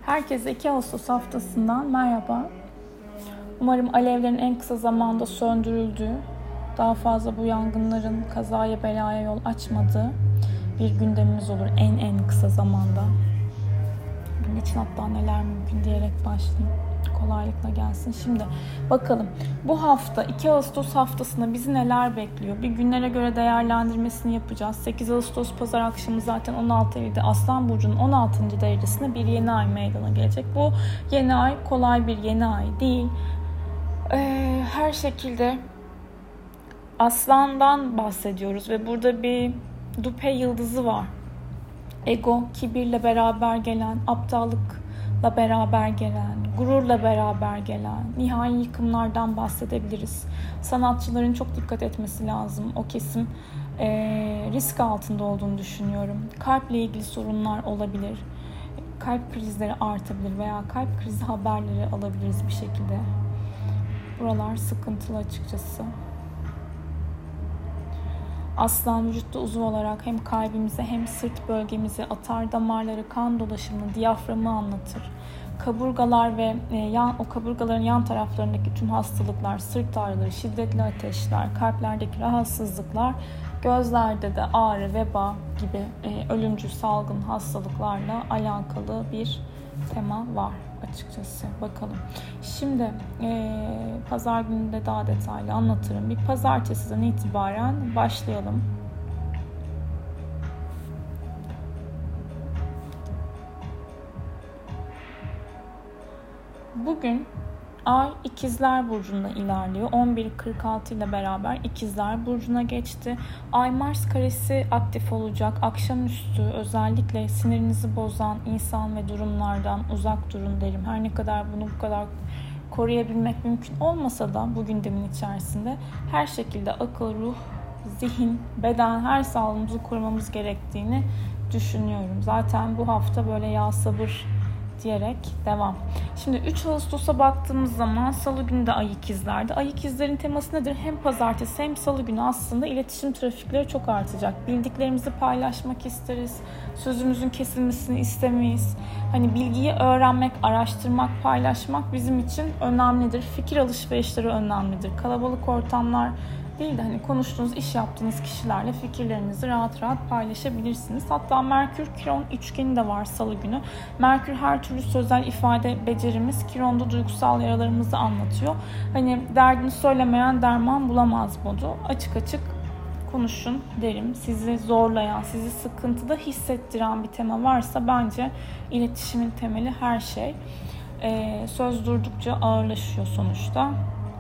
Herkese 2 Ağustos haftasından merhaba. Umarım alevlerin en kısa zamanda söndürüldüğü, daha fazla bu yangınların kazaya belaya yol açmadığı bir gündemimiz olur en kısa zamanda. Bunun için hatta neler mümkün diyerek başlayayım. Kolaylıkla gelsin. Şimdi bakalım bu hafta 2 Ağustos haftasında bizi neler bekliyor? Bir günlere göre değerlendirmesini yapacağız. 8 Ağustos pazar akşamı zaten 16 Eylül'de Aslan Burcu'nun 16. dairesinde bir yeni ay meydana gelecek. Bu yeni ay kolay bir yeni ay değil. Her şekilde Aslan'dan bahsediyoruz ve burada bir dupe yıldızı var. Ego, kibirle beraber gelen, aptallıkla beraber gelen, gururla beraber gelen nihai yıkımlardan bahsedebiliriz. Sanatçıların çok dikkat etmesi lazım. O kesim risk altında olduğunu düşünüyorum. Kalple ilgili sorunlar olabilir. Kalp krizleri artabilir veya kalp krizi haberleri alabiliriz bir şekilde. Buralar sıkıntılı açıkçası. Aslan vücutta uzuv olarak hem kalbimize hem sırt bölgemizi, atar damarları, kan dolaşımını, diyaframı anlatır. Kaburgalar ve o kaburgaların yan taraflarındaki tüm hastalıklar, sırt ağrıları, şiddetli ateşler, kalplerdeki rahatsızlıklar, gözlerde de ağrı, veba gibi ölümcül salgın hastalıklarla alakalı bir tema var açıkçası. Bakalım. Şimdi pazar gününde daha detaylı anlatırım. Bir pazartesiden itibaren başlayalım. Bugün Ay İkizler Burcu'nda ilerliyor. 11.46 ile beraber İkizler Burcu'na geçti. Ay Mars karesi aktif olacak. Akşamüstü özellikle sinirinizi bozan insan ve durumlardan uzak durun derim. Her ne kadar bunu bu kadar koruyabilmek mümkün olmasa da bu gündemin içerisinde her şekilde akıl, ruh, zihin, beden her sağlığımızı korumamız gerektiğini düşünüyorum. Zaten bu hafta böyle ya sabır diyerek devam. Şimdi 3 Ağustos'a baktığımız zaman Salı günü de Ay İkizler'de. Ay İkizler'in teması nedir? Hem pazartesi hem Salı günü aslında iletişim trafikleri çok artacak. Bildiklerimizi paylaşmak isteriz. Sözümüzün kesilmesini istemeyiz. Hani bilgiyi öğrenmek, araştırmak, paylaşmak bizim için önemlidir. Fikir alışverişleri önemlidir. Kalabalık ortamlar değil de hani konuştuğunuz, iş yaptığınız kişilerle fikirlerinizi rahat paylaşabilirsiniz. Hatta Merkür-Kiron üçgeni de var Salı günü. Merkür her türlü sözel ifade becerimiz, Kiron'da duygusal yaralarımızı anlatıyor. Hani derdini söylemeyen derman bulamaz modu. Açık konuşun derim. Sizi zorlayan, sizi sıkıntıda hissettiren bir tema varsa bence iletişimin temeli her şey. Söz durdukça ağırlaşıyor sonuçta.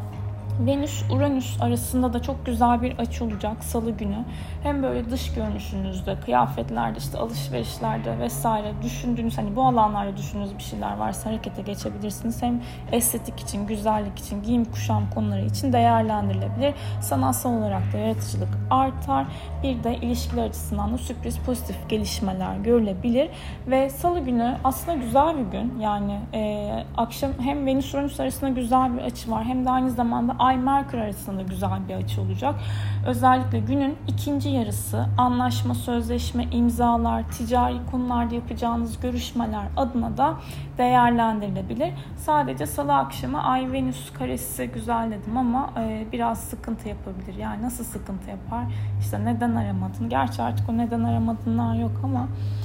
Venüs-Uranüs arasında da çok güzel bir açı olacak Salı günü. Hem böyle dış görünüşünüzde, kıyafetlerde, işte alışverişlerde vesaire düşündüğünüz, hani bu alanlarda düşündüğünüz bir şeyler varsa harekete geçebilirsiniz. Hem estetik için, güzellik için, giyim kuşam konuları için değerlendirilebilir. Sanatsal olarak da yaratıcılık artar. Bir de ilişkiler açısından da sürpriz pozitif gelişmeler görülebilir. Ve Salı günü aslında güzel bir gün. Yani akşam hem Venüs-Uranüs arasında güzel bir açı var. Hem de aynı zamanda Ay-Merkür arasında güzel bir açı olacak. Özellikle günün ikinci yarısı anlaşma, sözleşme, imzalar, ticari konularda yapacağınız görüşmeler adına da değerlendirilebilir. Sadece Salı akşamı Ay-Venüs karesi güzel dedim ama biraz sıkıntı yapabilir. Yani nasıl sıkıntı yapar? İşte neden aramadın? Gerçi artık o neden aramadınlar yok ama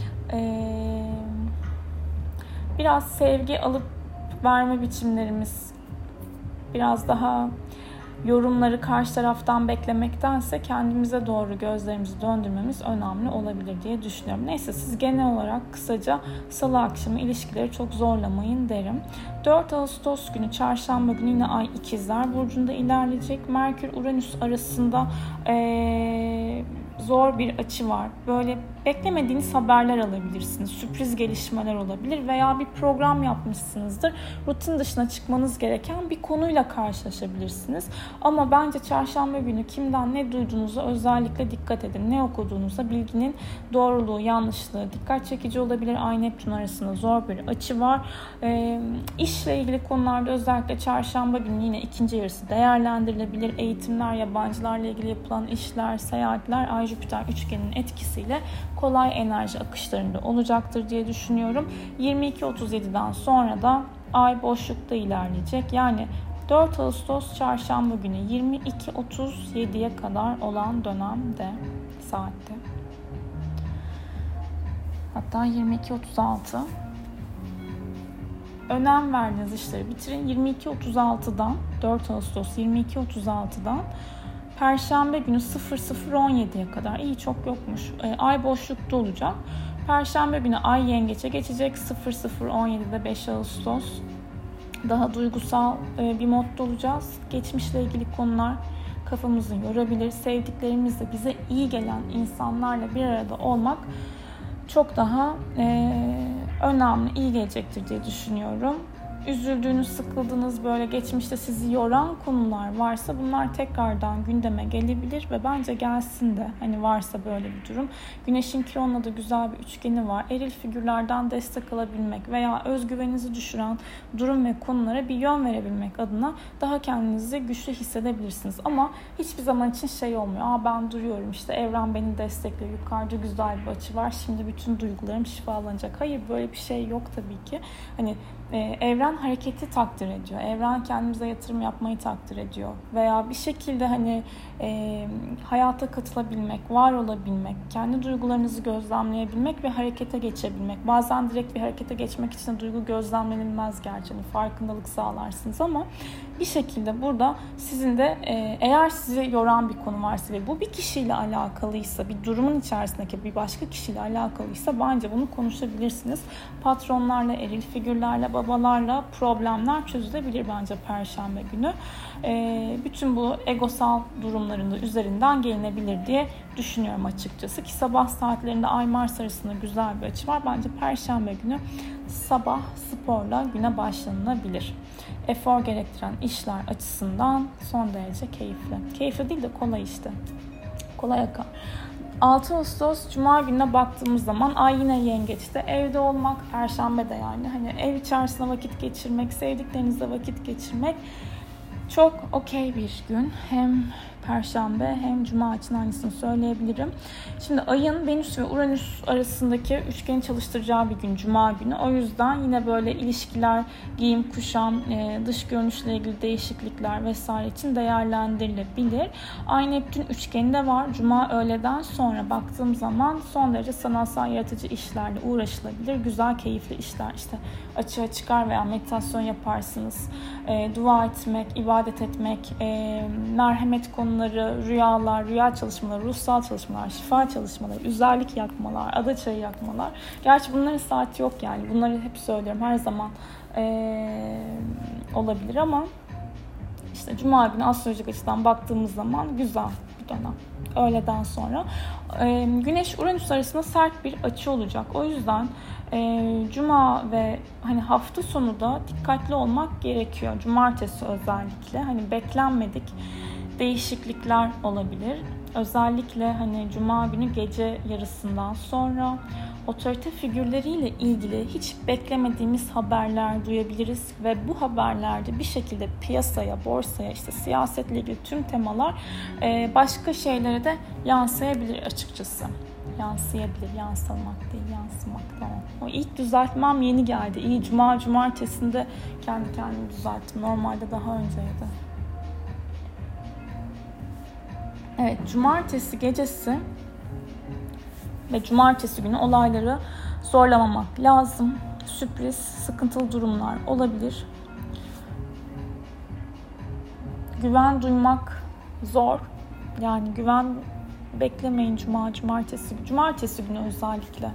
biraz sevgi alıp verme biçimlerimiz, biraz daha yorumları karşı taraftan beklemektense kendimize doğru gözlerimizi döndürmemiz önemli olabilir diye düşünüyorum. Neyse, siz genel olarak kısaca Salı akşamı ilişkileri çok zorlamayın derim. 4 Ağustos günü Çarşamba günü yine Ay İkizler Burcu'nda ilerleyecek. Merkür-Uranüs arasında zor bir açı var. Böyle beklemediğiniz haberler alabilirsiniz. Sürpriz gelişmeler olabilir veya bir program yapmışsınızdır. Rutin dışına çıkmanız gereken bir konuyla karşılaşabilirsiniz. Ama bence çarşamba günü kimden ne duyduğunuza özellikle dikkat edin. Ne okuduğunuza bilginin doğruluğu, yanlışlığı dikkat çekici olabilir. Ay-Neptün arasında zor bir açı var. İşle ilgili konularda özellikle çarşamba günü yine ikinci yarısı değerlendirilebilir. Eğitimler, yabancılarla ilgili yapılan işler, seyahatler Ay-Jüpiter üçgeninin etkisiyle kolay enerji akışlarında olacaktır diye düşünüyorum. 22.37'den sonra da Ay boşlukta ilerleyecek. Yani 4 Ağustos Çarşamba günü 22.37'ye kadar olan dönemde, saatte. Hatta 22.36. Önem verdiğiniz işleri bitirin. 22.36'dan 4 Ağustos 22.36'dan Perşembe günü 00.17'ye kadar, iyi çok yokmuş, Ay boşlukta olacak. Perşembe günü Ay Yengeç'e geçecek 00.17'de 5 Ağustos. Daha duygusal bir modda olacağız. Geçmişle ilgili konular kafamızı yorabilir. Sevdiklerimizle, bize iyi gelen insanlarla bir arada olmak çok daha önemli, iyi gelecektir diye düşünüyorum. Üzüldüğünüz, sıkıldığınız, böyle geçmişte sizi yoran konular varsa bunlar tekrardan gündeme gelebilir ve bence gelsin de, hani varsa böyle bir durum. Güneşin Kiron'la da güzel bir üçgeni var. Eril figürlerden destek alabilmek veya özgüveninizi düşüren durum ve konulara bir yön verebilmek adına daha kendinizi güçlü hissedebilirsiniz. Ama hiçbir zaman için şey olmuyor. Ben duruyorum, işte evren beni destekliyor, yukarıda güzel bir açı var, şimdi bütün duygularım şifalanacak. Hayır, böyle bir şey yok tabii ki. Hani evren hareketi takdir ediyor. Evren kendimize yatırım yapmayı takdir ediyor. Veya bir şekilde hani hayata katılabilmek, var olabilmek, kendi duygularınızı gözlemleyebilmek ve harekete geçebilmek. Bazen direkt bir harekete geçmek için de duygu gözlemlenilmez gerçi. Hani farkındalık sağlarsınız ama bir şekilde burada sizin de eğer sizi yoran bir konu varsa ve bu bir kişiyle alakalıysa, bir durumun içerisindeki bir başka kişiyle alakalıysa bence bunu konuşabilirsiniz. Patronlarla, eril figürlerle, babalarla problemler çözülebilir bence Perşembe günü. Bütün bu egosal durumlarında üzerinden gelinebilir diye düşünüyorum açıkçası. Ki sabah saatlerinde Ay-Mars arasında güzel bir açı var. Bence Perşembe günü sabah sporla güne başlanılabilir. Efor gerektiren işler açısından son derece keyifli. Keyifli değil de kolay işte. Kolay akar. 6 Ağustos Cuma gününe baktığımız zaman Ay yine Yengeç'te. Evde olmak, Perşembe'de yani. Hani ev içerisinde vakit geçirmek, sevdiklerinizle vakit geçirmek çok okey bir gün. Hem Perşembe hem Cuma için aynısını söyleyebilirim. Şimdi Ay'ın Venüs ve Uranüs arasındaki üçgeni çalıştıracağı bir gün Cuma günü. O yüzden yine böyle ilişkiler, giyim, kuşam, dış görünüşle ilgili değişiklikler vesaire için değerlendirilebilir. Ay Neptün üçgeni de var. Cuma öğleden sonra baktığım zaman son derece sanatsal, yaratıcı işlerle uğraşılabilir. Güzel, keyifli işler. İşte açığa çıkar veya meditasyon yaparsınız. Dua etmek, ibadet etmek, merhamet konuları, rüyalar, rüya çalışmaları, ruhsal çalışmalar, şifa çalışmaları, üzerlik yakmalar, adaçayı yakmalar. Gerçi bunların saati yok yani. Bunları hep söylüyorum. Her zaman olabilir ama işte Cuma günü astrolojik açıdan baktığımız zaman güzel bir dönem. Öğleden sonra. Güneş Uranüs arasında sert bir açı olacak. O yüzden Cuma ve hani hafta sonu da dikkatli olmak gerekiyor. Cumartesi özellikle hani beklenmedik değişiklikler olabilir. Özellikle hani Cuma günü gece yarısından sonra otorite figürleriyle ilgili hiç beklemediğimiz haberler duyabiliriz ve bu haberlerde bir şekilde piyasaya, borsaya, işte siyasetle ilgili tüm temalar başka şeylere de yansıyabilir açıkçası. Yansıyabilir, yansımak değil, yansımak tamam. O ilk düzeltmem yeni geldi. İyi, cumartesinde kendi kendimi düzelttim. Normalde daha önceydi. Evet, cumartesi gecesi ve cumartesi günü olayları zorlamamak lazım. Sürpriz, sıkıntılı durumlar olabilir. Güven zor. Yani güven beklemeyin cumartesi günü özellikle.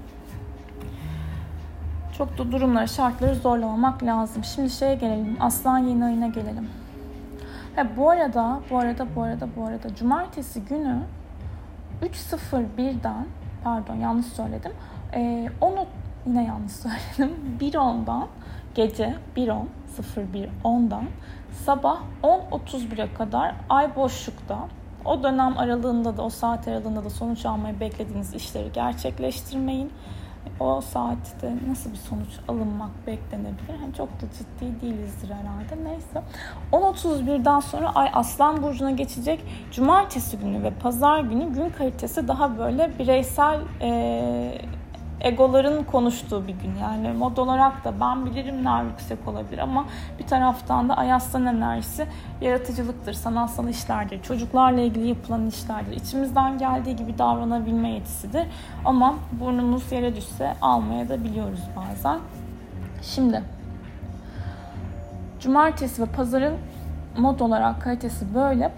Çok da durumları, şartları zorlamamak lazım. Şimdi gelelim. Aslan yeni ayına gelelim. Bu arada cumartesi günü 3.01'den yanlış söyledim. Onu yine yanlış söyledim. 1.10'dan gece 01.10'dan sabah 10.31'e kadar ay boşlukta. O dönem aralığında da, o saat aralığında da sonuç almayı beklediğiniz işleri gerçekleştirmeyin. o saatte nasıl bir sonuç alınmak beklenebilir? Hani çok da ciddi değilizdir herhalde. Neyse. 10.31'den sonra Ay Aslan Burcu'na geçecek. Cumartesi günü ve Pazar günü gün kalitesi daha böyle bireysel egoların konuştuğu bir gün. Yani mod olarak da ben bilirimler yüksek olabilir ama bir taraftan da Ay Aslan enerjisi yaratıcılıktır, sanatsal işlerdir, çocuklarla ilgili yapılan işlerdir. İçimizden geldiği gibi davranabilme yetisidir. Ama burnumuz yere düşse almaya da biliyoruz bazen. Şimdi Cumartesi ve Pazar'ın mod olarak kalitesi böyle.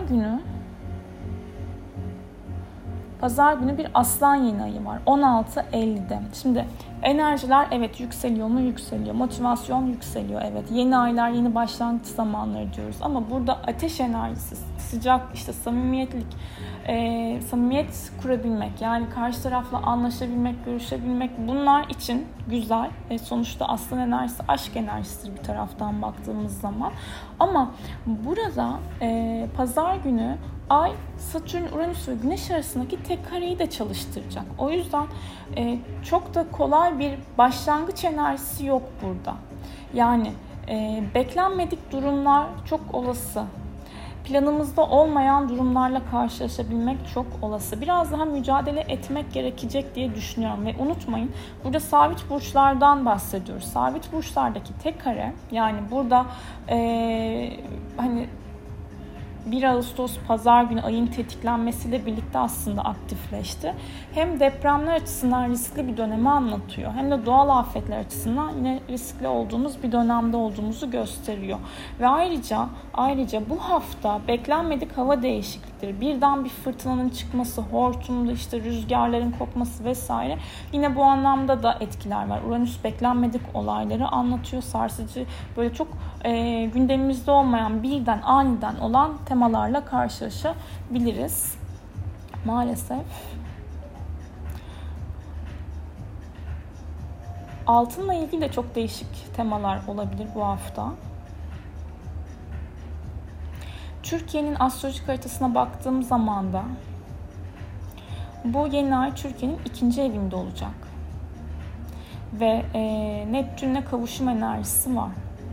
Pazar günü bir Aslan yeni ayı var. 16.50'de. Şimdi enerjiler evet yükseliyor mu? Yükseliyor. Motivasyon yükseliyor. Evet. Yeni aylar, yeni başlangıç zamanları diyoruz. Ama burada ateş enerjisi, sıcak, işte samimiyetlik, samimiyet kurabilmek, yani karşı tarafla anlaşabilmek, görüşebilmek, bunlar için güzel. Sonuçta Aslan enerjisi aşk enerjisidir bir taraftan baktığımız zaman. Ama burada Pazar günü Ay, Satürn, Uranüs ve Güneş arasındaki tek kareyi de çalıştıracak. O yüzden çok da kolay bir başlangıç enerjisi yok burada. Yani beklenmedik durumlar çok olası. Planımızda olmayan durumlarla karşılaşabilmek çok olası. Biraz daha mücadele etmek gerekecek diye düşünüyorum. Ve unutmayın, burada sabit burçlardan bahsediyoruz. Sabit burçlardaki tek kare, yani burada hani 1 Ağustos Pazar günü ayın tetiklenmesiyle birlikte aslında aktifleşti. Hem depremler açısından riskli bir dönemi anlatıyor, hem de doğal afetler açısından yine riskli olduğumuz bir dönemde olduğumuzu gösteriyor. Ve ayrıca bu hafta beklenmedik hava değişiklikleri, birden bir fırtınanın çıkması, hortumlu işte rüzgarların kopması vesaire, yine bu anlamda da etkiler var. Uranüs beklenmedik olayları anlatıyor. Sarsıcı, böyle çok gündemimizde olmayan, birden aniden olan temalarla karşılaşabiliriz. Maalesef. Altınla ilgili de çok değişik temalar olabilir bu hafta. Türkiye'nin astrolojik haritasına baktığım zaman da bu yeni ay Türkiye'nin 2. evinde olacak. Ve Neptün'le kavuşum enerjisi var.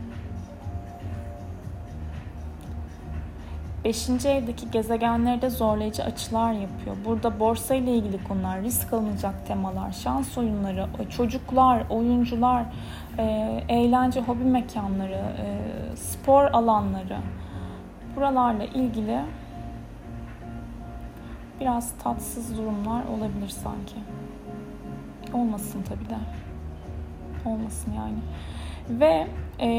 5. evdeki gezegenleri de zorlayıcı açılar yapıyor. Burada borsa ile ilgili konular, risk alınacak temalar, şans oyunları, çocuklar, oyuncular, eğlence, hobi mekanları, spor alanları, buralarla ilgili biraz tatsız durumlar olabilir sanki. Olmasın tabii de. Olmasın yani. Ve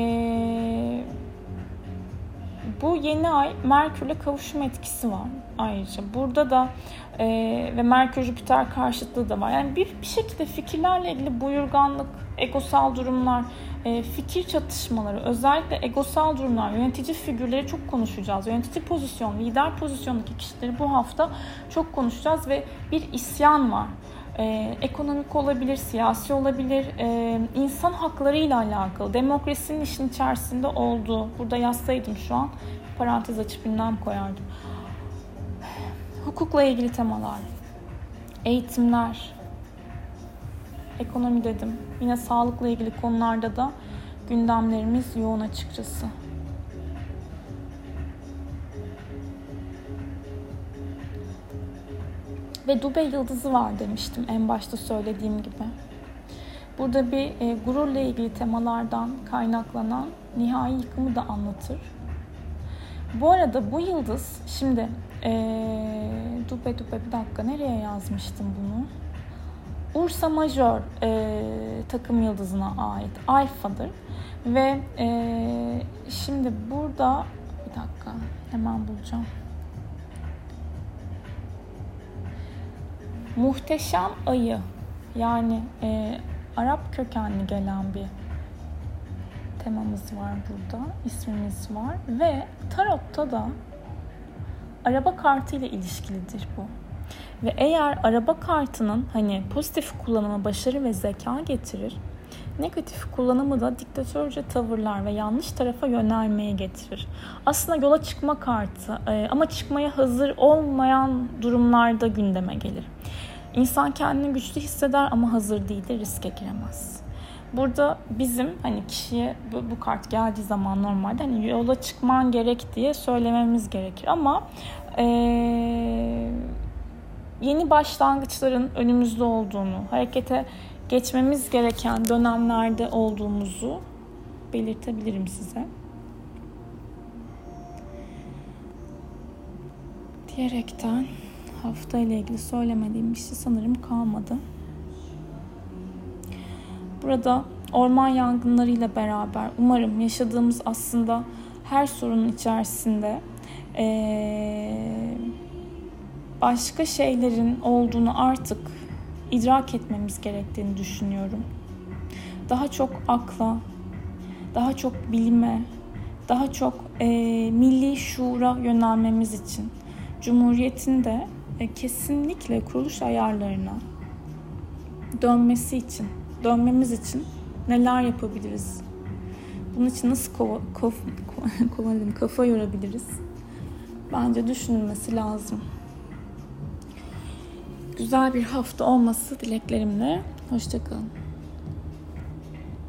bu yeni ay Merkür'le kavuşum etkisi var ayrıca. Burada da ve Merkür-Jüpiter karşıtlığı da var. Yani bir şekilde fikirlerle ilgili buyurganlık, egosal durumlar, fikir çatışmaları, özellikle egosal durumlar, yönetici figürleri çok konuşacağız. Yönetici pozisyon, lider pozisyondaki kişileri bu hafta çok konuşacağız ve bir isyan var. Ekonomik olabilir, siyasi olabilir, insan haklarıyla alakalı, demokrasinin işin içerisinde olduğu, burada yazsaydım şu an, parantez açıp ünlem koyardım. Hukukla ilgili temalar, eğitimler, ekonomi dedim. Yine sağlıkla ilgili konularda da gündemlerimiz yoğun açıkçası. Ve Dube yıldızı var demiştim en başta söylediğim gibi. Burada bir gururla ilgili temalardan kaynaklanan nihai yıkımı da anlatır. Bu arada bu yıldız, şimdi Dube bir dakika, nereye yazmıştım bunu? Ursa Majör takım yıldızına ait alfadır. Ve şimdi burada bir dakika, hemen bulacağım. Muhteşem ayı, yani Arap kökenli gelen bir temamız var burada, ismimiz var ve tarotta da araba kartı ile ilişkilidir bu. Ve eğer araba kartının hani pozitif kullanımı başarı ve zeka getirir, negatif kullanımı da diktatörce tavırlar ve yanlış tarafa yönelmeye getirir. Aslında yola çıkma kartı ama çıkmaya hazır olmayan durumlarda gündeme gelir. İnsan kendini güçlü hisseder ama hazır değildir, riske giremez. Burada bizim hani kişiye bu kart geldiği zaman normalde hani yola çıkman gerek diye söylememiz gerekir. Ama yeni başlangıçların önümüzde olduğunu, harekete geçmemiz gereken dönemlerde olduğumuzu belirtebilirim size. Diyerekten hafta ile ilgili söylemediğim bir şey sanırım kalmadı. Burada orman yangınlarıyla beraber umarım yaşadığımız aslında her sorunun içerisinde başka şeylerin olduğunu artık idrak etmemiz gerektiğini düşünüyorum. Daha çok akla, daha çok bilime, daha çok milli şuura yönelmemiz için Cumhuriyet'in de kesinlikle kuruluş ayarlarına dönmemiz için neler yapabiliriz? Bunun için nasıl kafa yorabiliriz? Bence düşünülmesi lazım. Güzel bir hafta olması dileklerimle. Hoşça kalın.